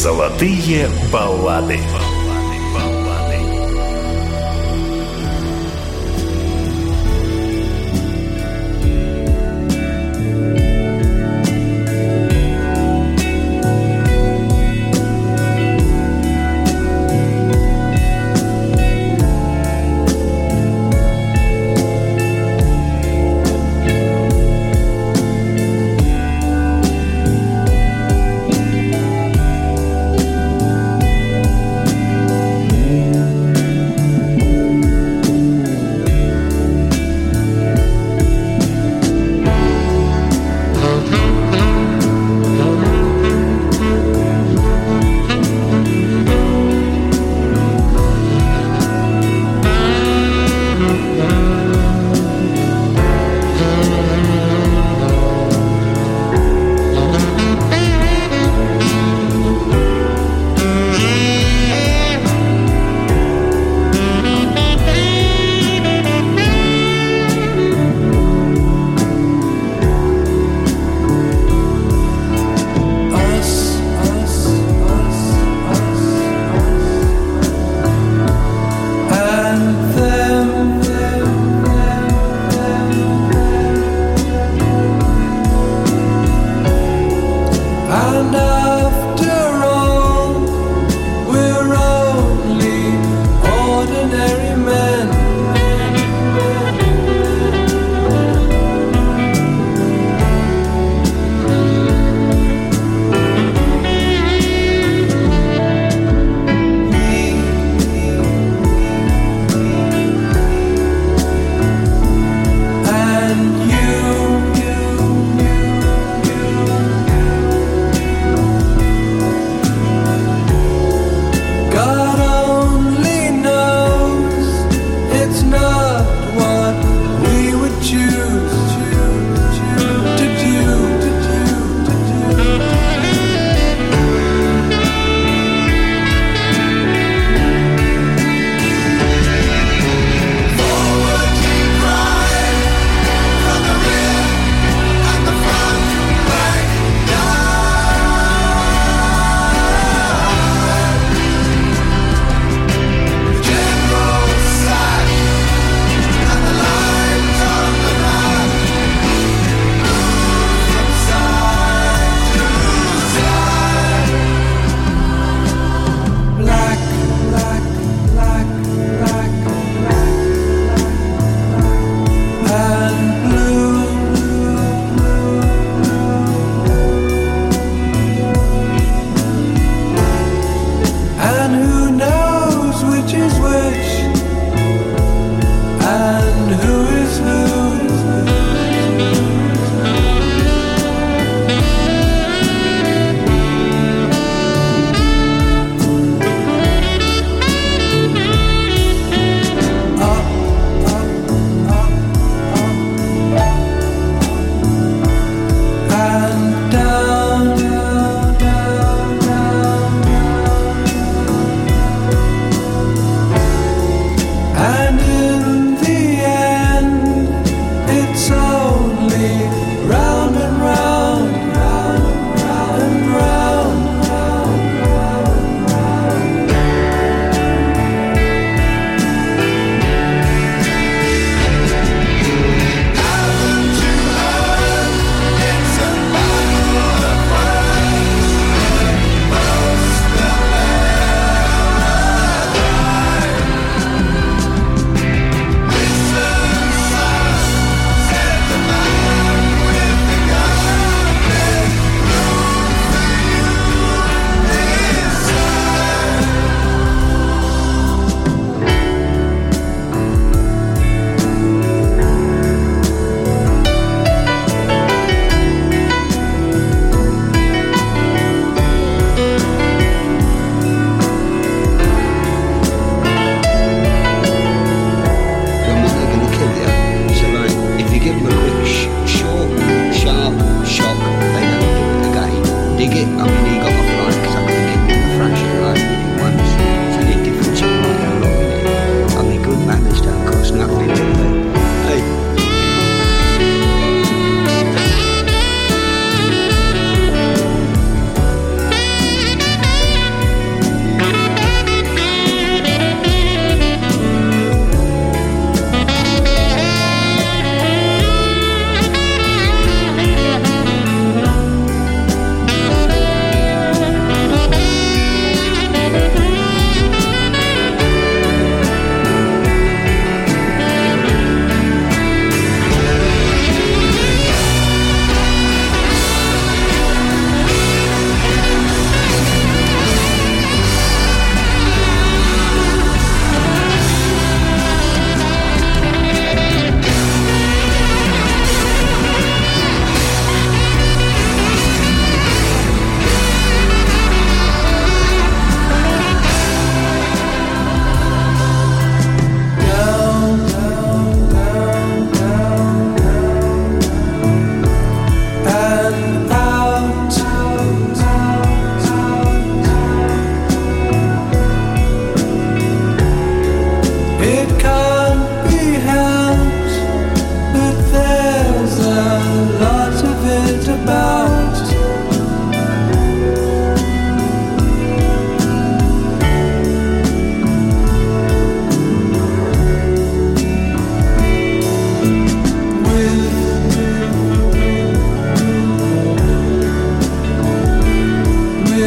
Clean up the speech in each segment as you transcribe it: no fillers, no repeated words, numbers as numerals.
Золотые баллады.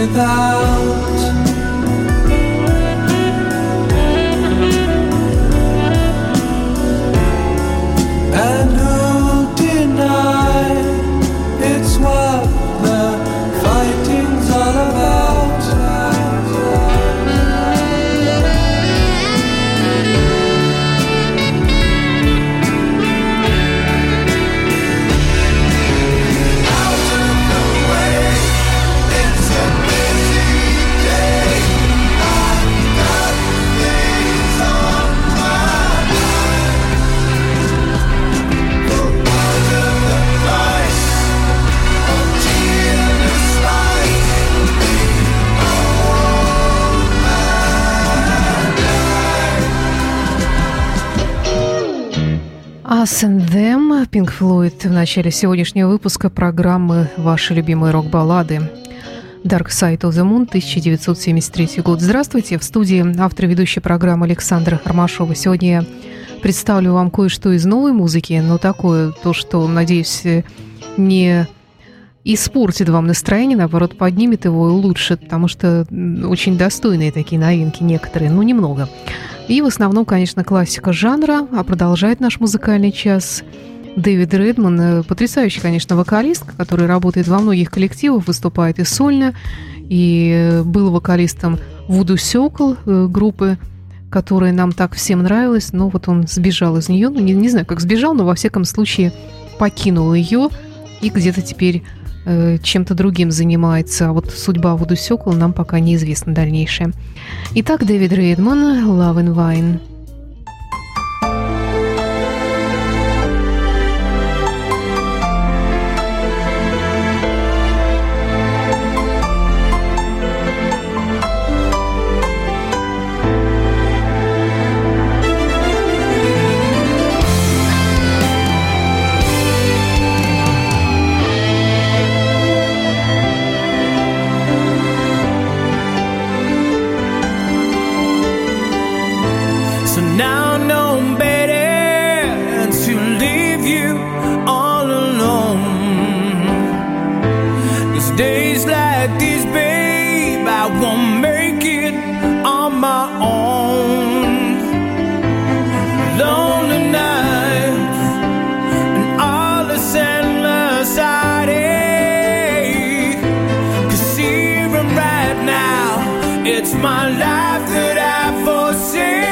without. And who'll deny it's what the fighting's all about? Us and Them, Pink Floyd в начале сегодняшнего выпуска программы «Ваши любимые рок-баллады». Dark Side of the Moon, 1973 год. Здравствуйте, в студии автор и ведущая программы Александра Ромашова. Сегодня я представлю вам кое-что из новой музыки, но такое, то, что, надеюсь, не испортит вам настроение, наоборот, поднимет его и улучшит, потому что очень достойные такие новинки некоторые, но немного. И в основном, конечно, классика жанра, а продолжает наш музыкальный час Дэвид Редман, потрясающий, конечно, вокалист, который работает во многих коллективах, выступает и сольно, и был вокалистом Voodoo Circle группы, которая нам так всем нравилась, но вот он сбежал из нее, ну, не знаю, как сбежал, но во всяком случае покинул ее и где-то теперь чем-то другим занимается. А вот судьба Voodoo Circle нам пока неизвестна дальнейшая. Итак, Дэвид Редман, Love and Wine. My life that I foresee.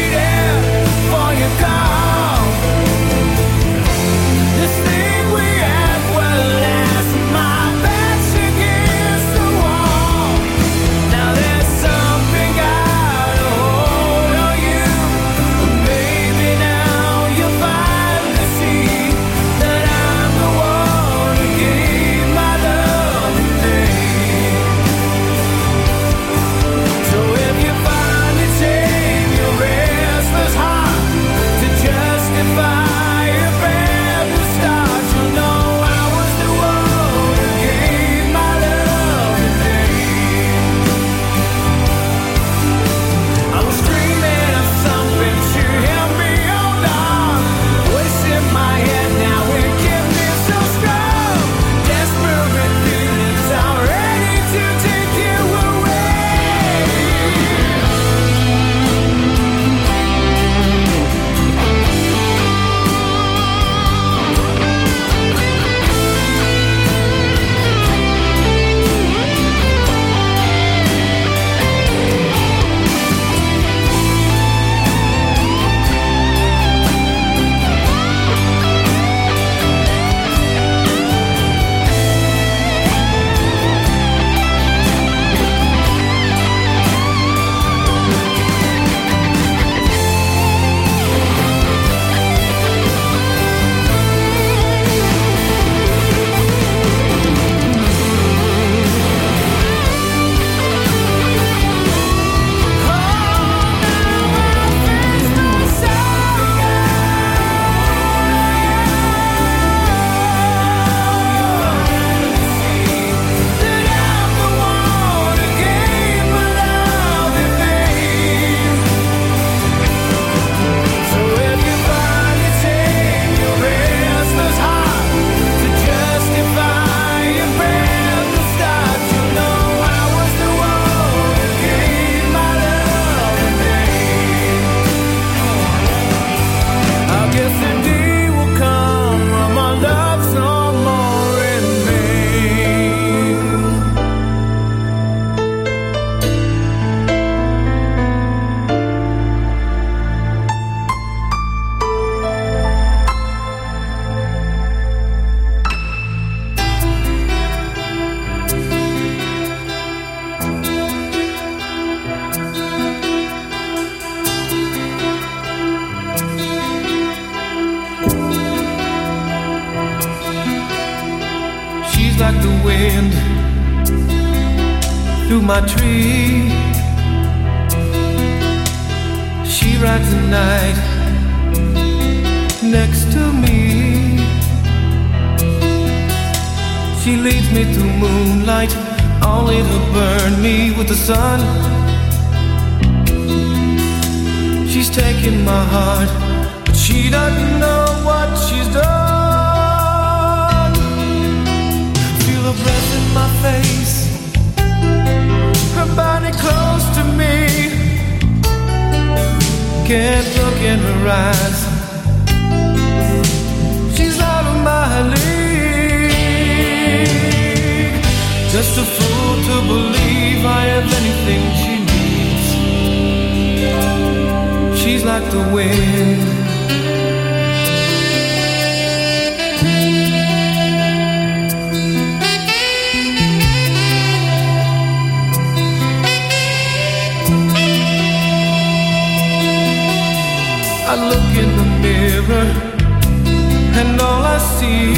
This thing we have like the wind through my tree. She rides the night next to me. She leads me through moonlight, only to burn me with the sun. She's taking my heart, but she doesn't know what she's done. Feel her breath in my face, her body close to me. Can't look in her eyes, she's out of my league. Just a fool to believe I have anything she needs. She's like the wind. I look in the mirror and all I see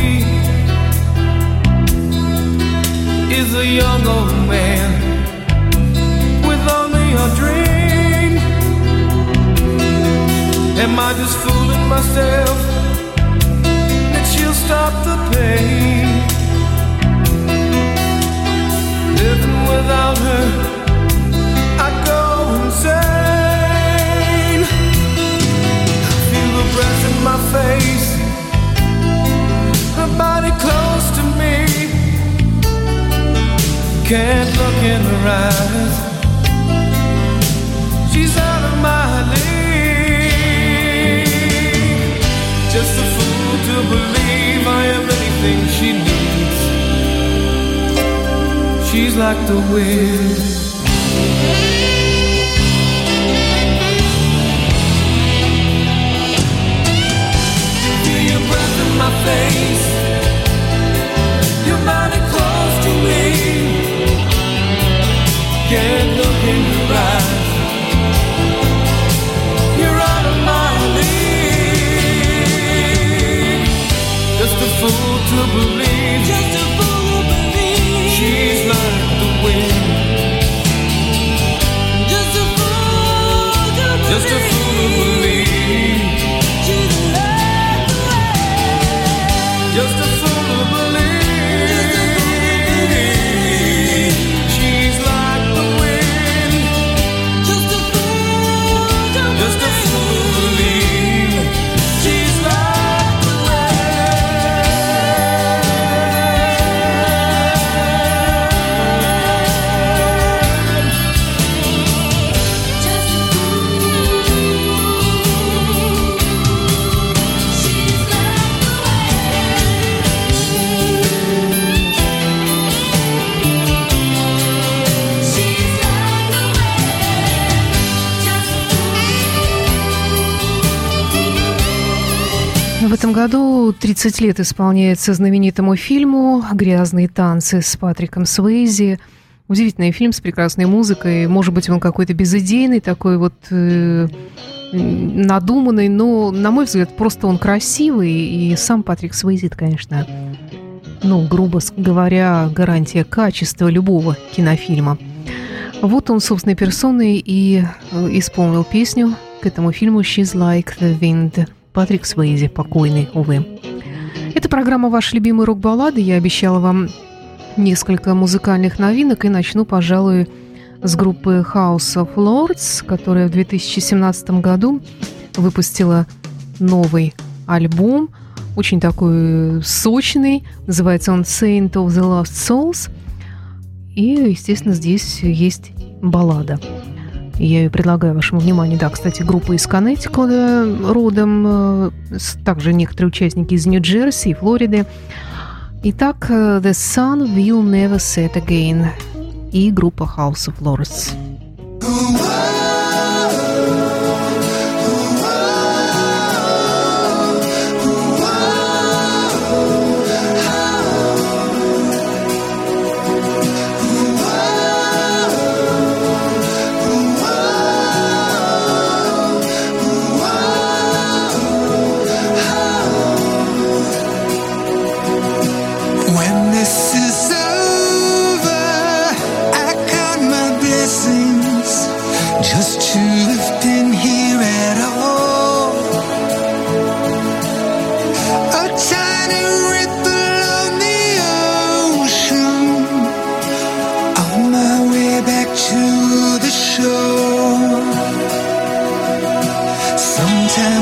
is a young old man with only a dream. Am I just fooling myself that she'll stop the pain? Living without her, I'd go insane. Feel the breath in my face, her body close to me. Can't look in her eyes, she's out of my league. Just a fool to believe I have anything she needs. She's like the wind. Feel your breath in my face, your body close to me. Can't look in your eyes, you're out of my league. Just a fool to believe, just a fool to believe. She's like the wind. Just a fool to believe, just a fool to believe. She's like the wind. Just a fool to believe. She's like the wind. Just a fool to believe. She's like the В этом году 30 лет исполняется знаменитому фильму «Грязные танцы» с Патриком Суэйзи. Удивительный фильм с прекрасной музыкой. Может быть, он какой-то безыдейный, такой вот надуманный, но, на мой взгляд, просто он красивый. И сам Патрик Суэйзи, конечно, грубо говоря, гарантия качества любого кинофильма. Вот он собственной персоной и исполнил песню к этому фильму «She's Like the Wind». Патрик Суэйзи, покойный, увы. Это программа «Ваши любимые рок-баллады». Я обещала вам несколько музыкальных новинок и начну, пожалуй, с группы House of Lords, которая в 2017 году выпустила новый альбом, очень такой сочный, называется он «Saint of the Lost Souls», и, естественно, здесь есть баллада. Я ее предлагаю вашему вниманию. Да, кстати, группа из Коннектикута родом, также некоторые участники из Нью-Джерси и Флориды. Итак, The Sun Will Never Set Again и группа House of Lords. When this is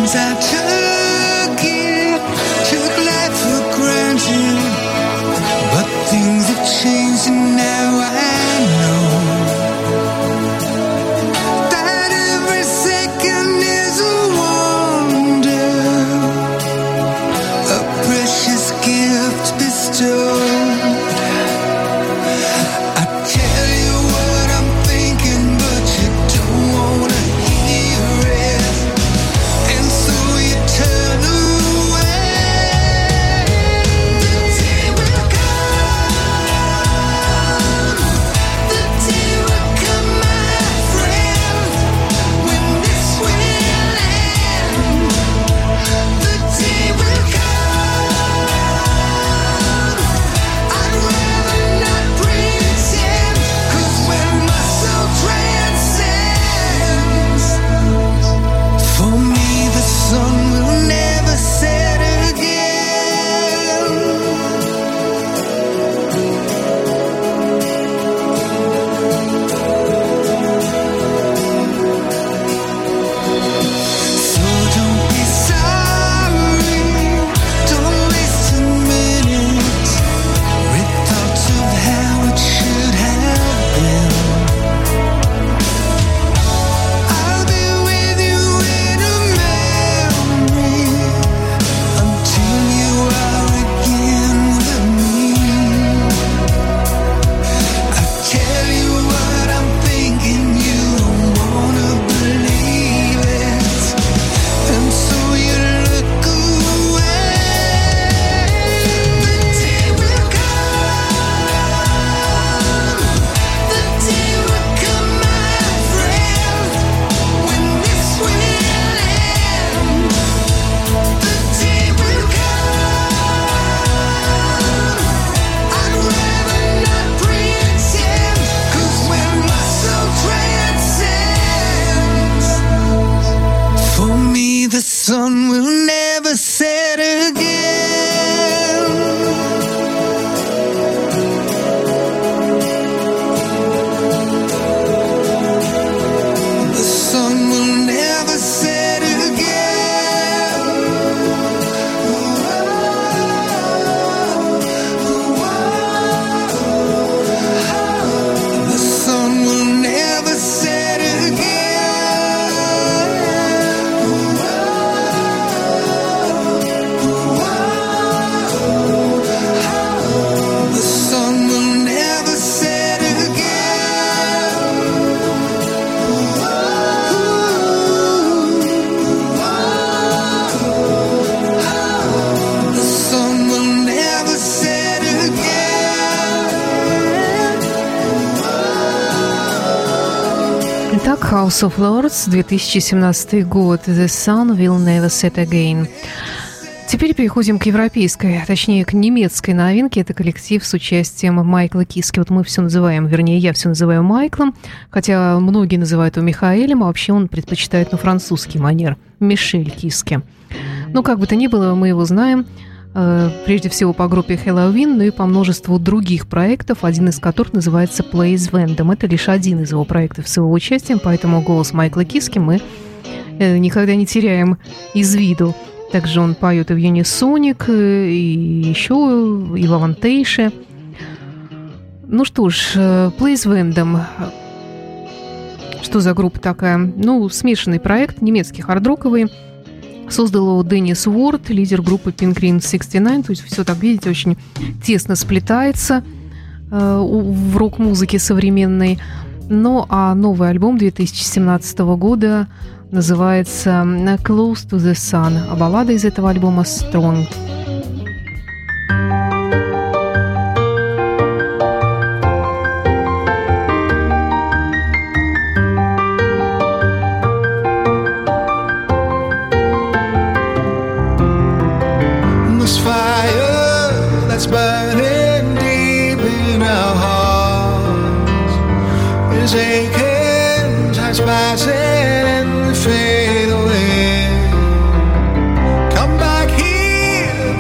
Итак, House of Lords, 2017 год. The Sun Will Never Set Again. Теперь переходим к европейской, точнее, к немецкой новинке. Это коллектив с участием Майкла Киски. Вот мы все называем, вернее, я все называю Майклом, хотя многие называют его Михаэлем, а вообще он предпочитает на французский манер. Мишель Киски. Но как бы то ни было, мы его знаем прежде всего по группе Helloween, но и по множеству других проектов, один из которых называется Plays Vendom. Это лишь один из его проектов с его участием, поэтому голос Майкла Киски мы никогда не теряем из виду. Также он поет и в Unisonic, и еще и в Авантейше. Ну что ж, Plays Vendom. Что за группа такая? Ну, смешанный проект, немецкий хардроковый. Создал его Деннис Уорд, лидер группы Pink Green 69. То есть все, так видите, очень тесно сплетается в рок-музыке современной. Ну, а новый альбом 2017 года называется «Close to the Sun», а баллада из этого альбома «Strong». Burning deep in our hearts is aching, time's passing and we fade away. Come back here,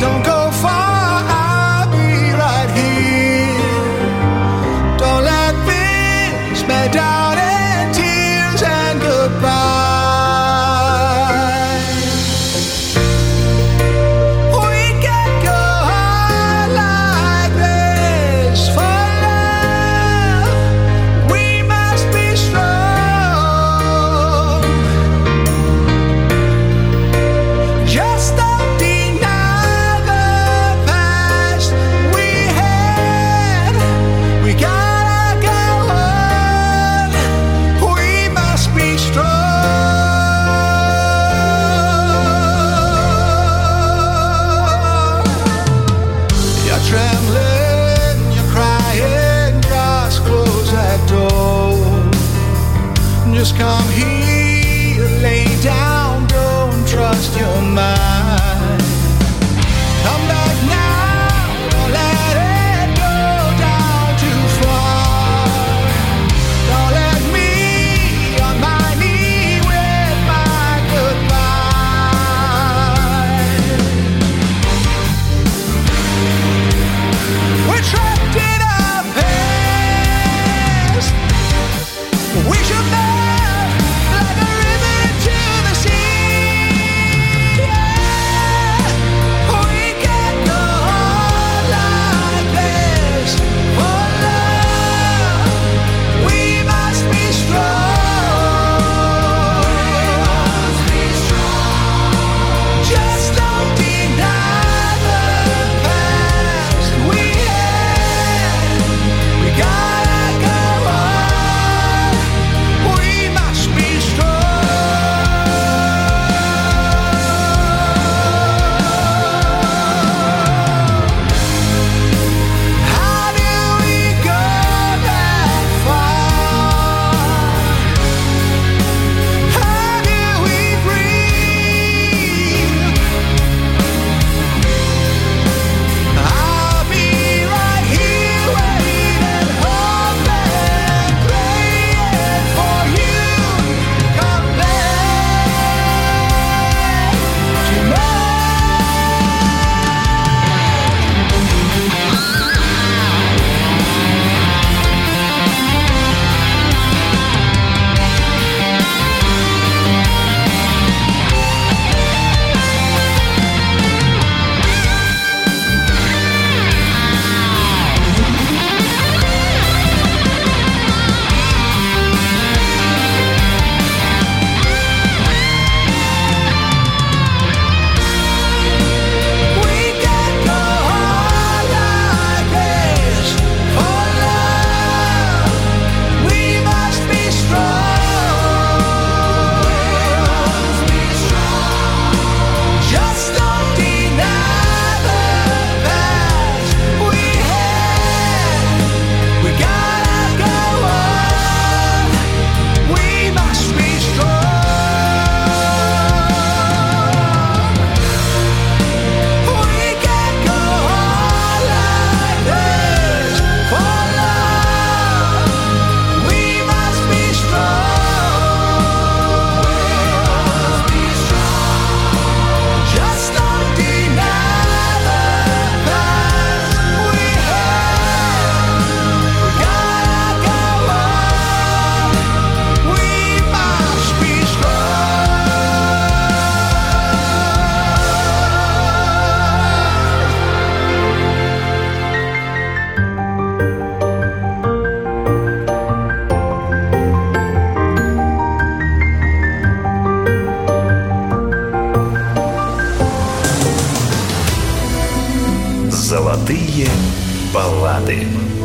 Золотые баллады.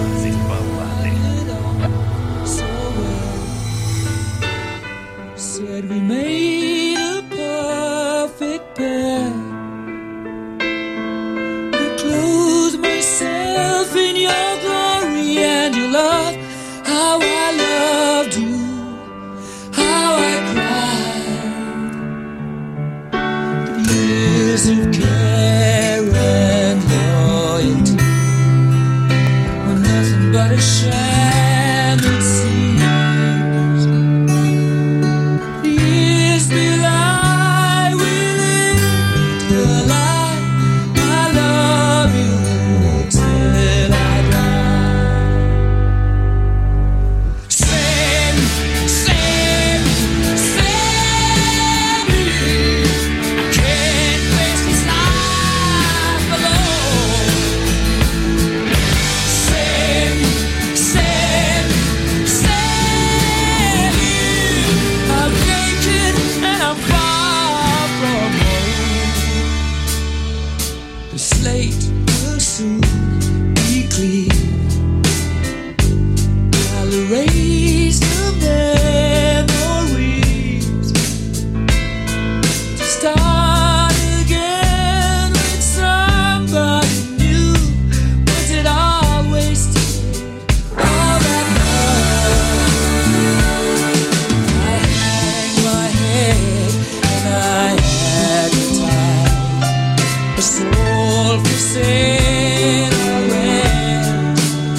Said we made a perfect pair. I clothed myself in your glory and your love. How I loved you, how I cried. The years of care and loyalty were nothing but a sham, it seems. The years belie, we lived a lie. I love you till I die. Save me, save me, save me. Can't face this life alone. Save me, save me, save me. I'm naked and I'm far from home. The slate will soon be clear. I'll erase the memories to start again with somebody new. Was it all wasted? All that love. I hang my head and I had the time. A soul for sale or rent.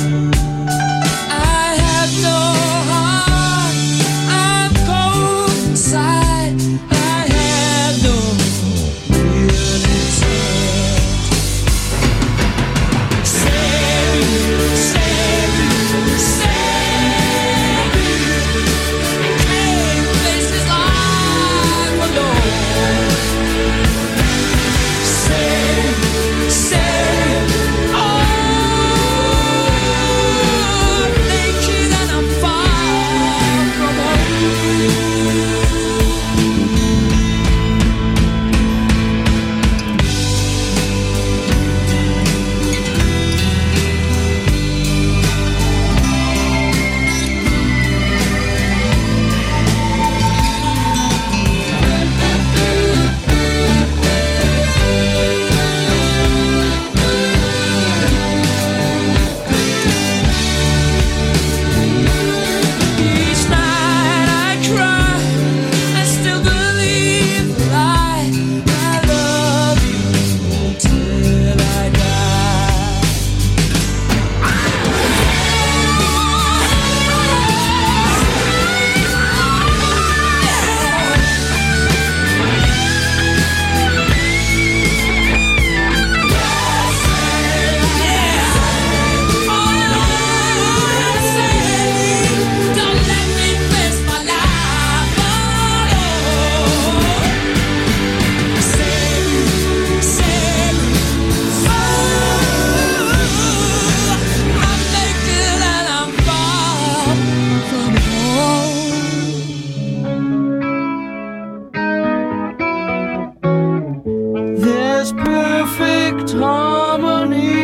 I have no heart, I'm cold inside. I have no real intent. Save me, save me, save me. Can't face this life alone. Save me, save me. Oh, I'm naked and I'm far from home. Each night I cry, I still believe the lie. I love you till I die. Don't let me face my life alone. Save me, save me. Oh, I'm naked and I'm far from home. There's perfect harmony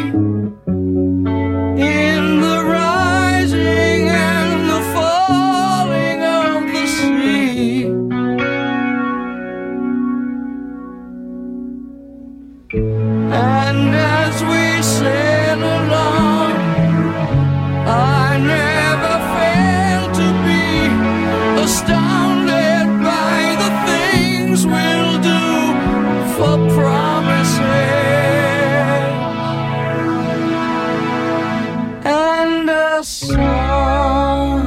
in the rising and the falling of the sea. And as we sail along, I never fail to be astounded by the things we'll do for promises and a song.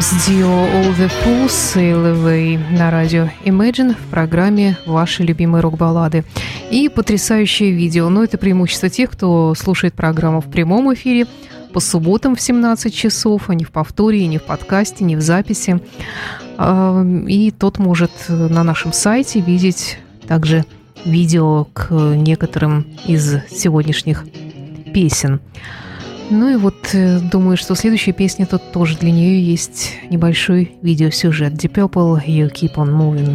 James Dio All the Fools Sail Away на радио Imagine в программе «Ваши любимые рок-баллады». И потрясающее видео, но это преимущество тех, кто слушает программу в прямом эфире по субботам в 17 часов, а не в повторе, не в подкасте, не в записи. И тот может на нашем сайте видеть также видео к некоторым из сегодняшних песен. Ну и вот думаю, что следующая песня тут тоже для нее есть небольшой видеосюжет. Deep Purple, You Keep On Moving.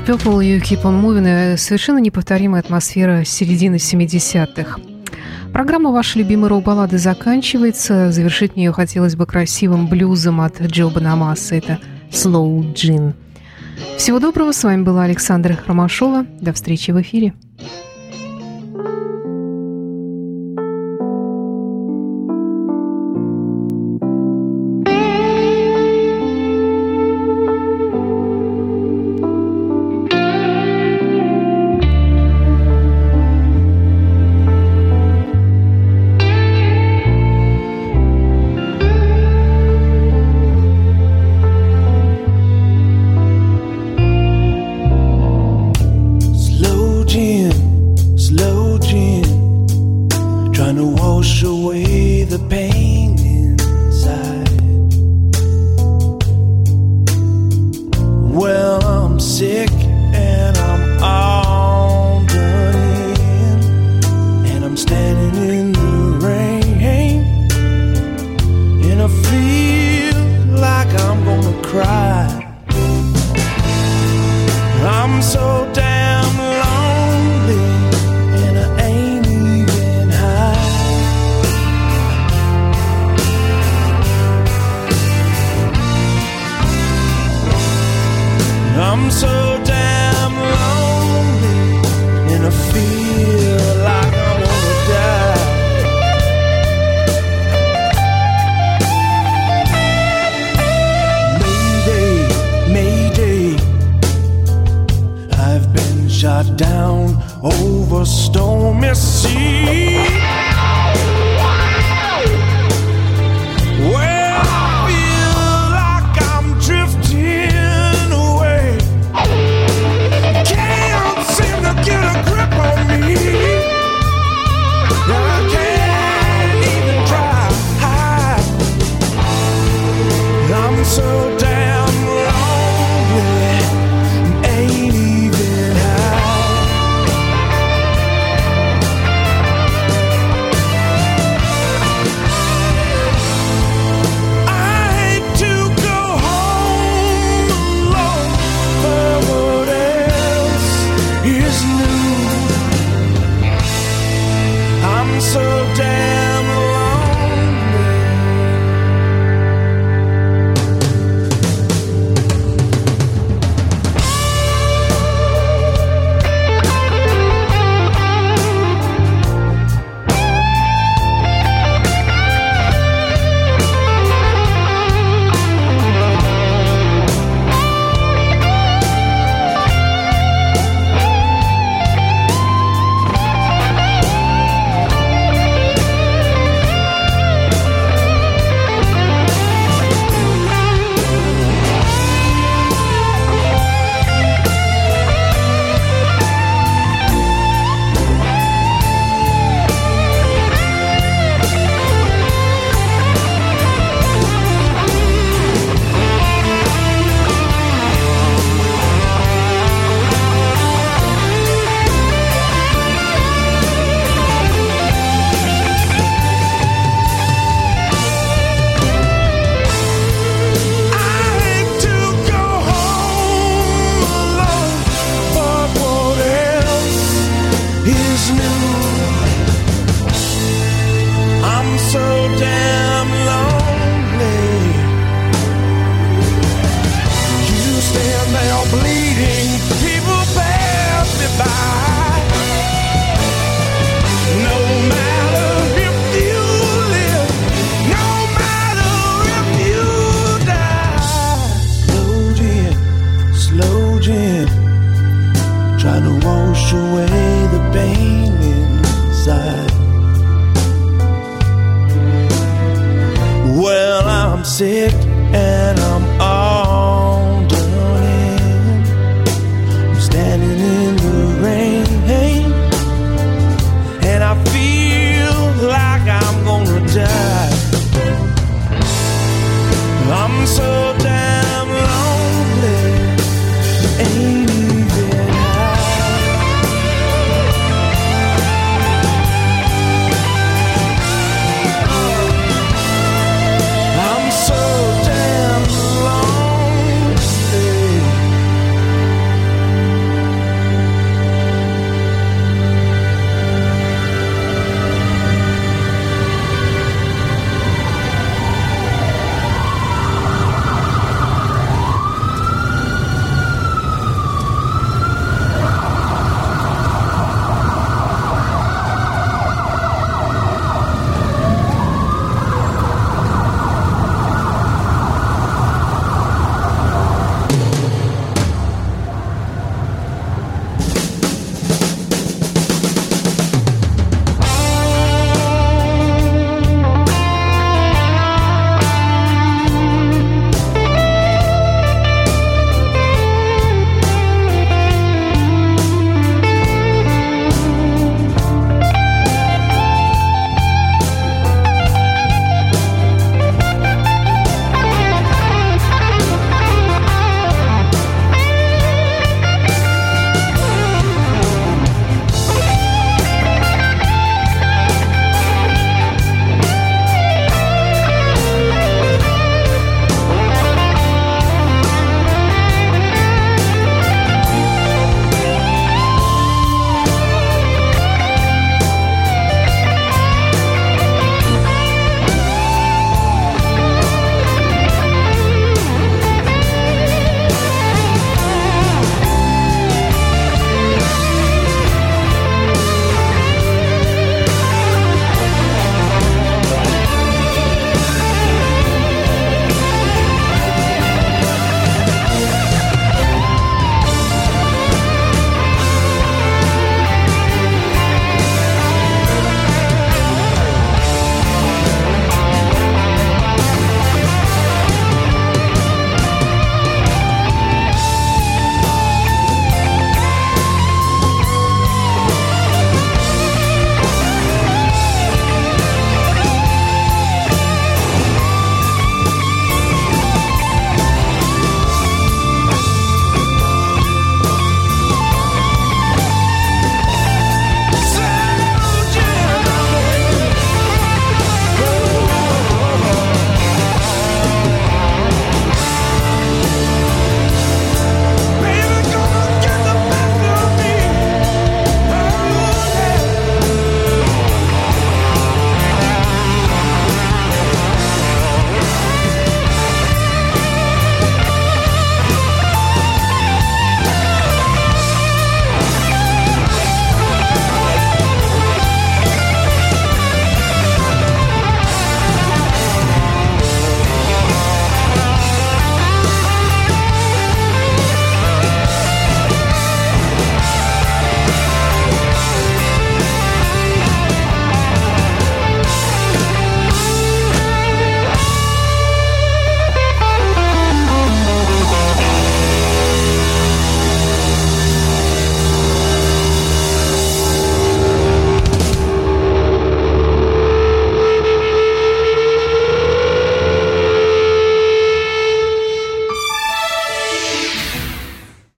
Purple, You Keep On Moving. Совершенно неповторимая атмосфера середины 70-х. Программа «Ваши любимые рок-баллады» заканчивается. Завершить мне ее хотелось бы красивым блюзом от Джо Бонамасса. Это «Slow Gin». Всего доброго. С вами была Александра Ромашова. До встречи в эфире. Sick and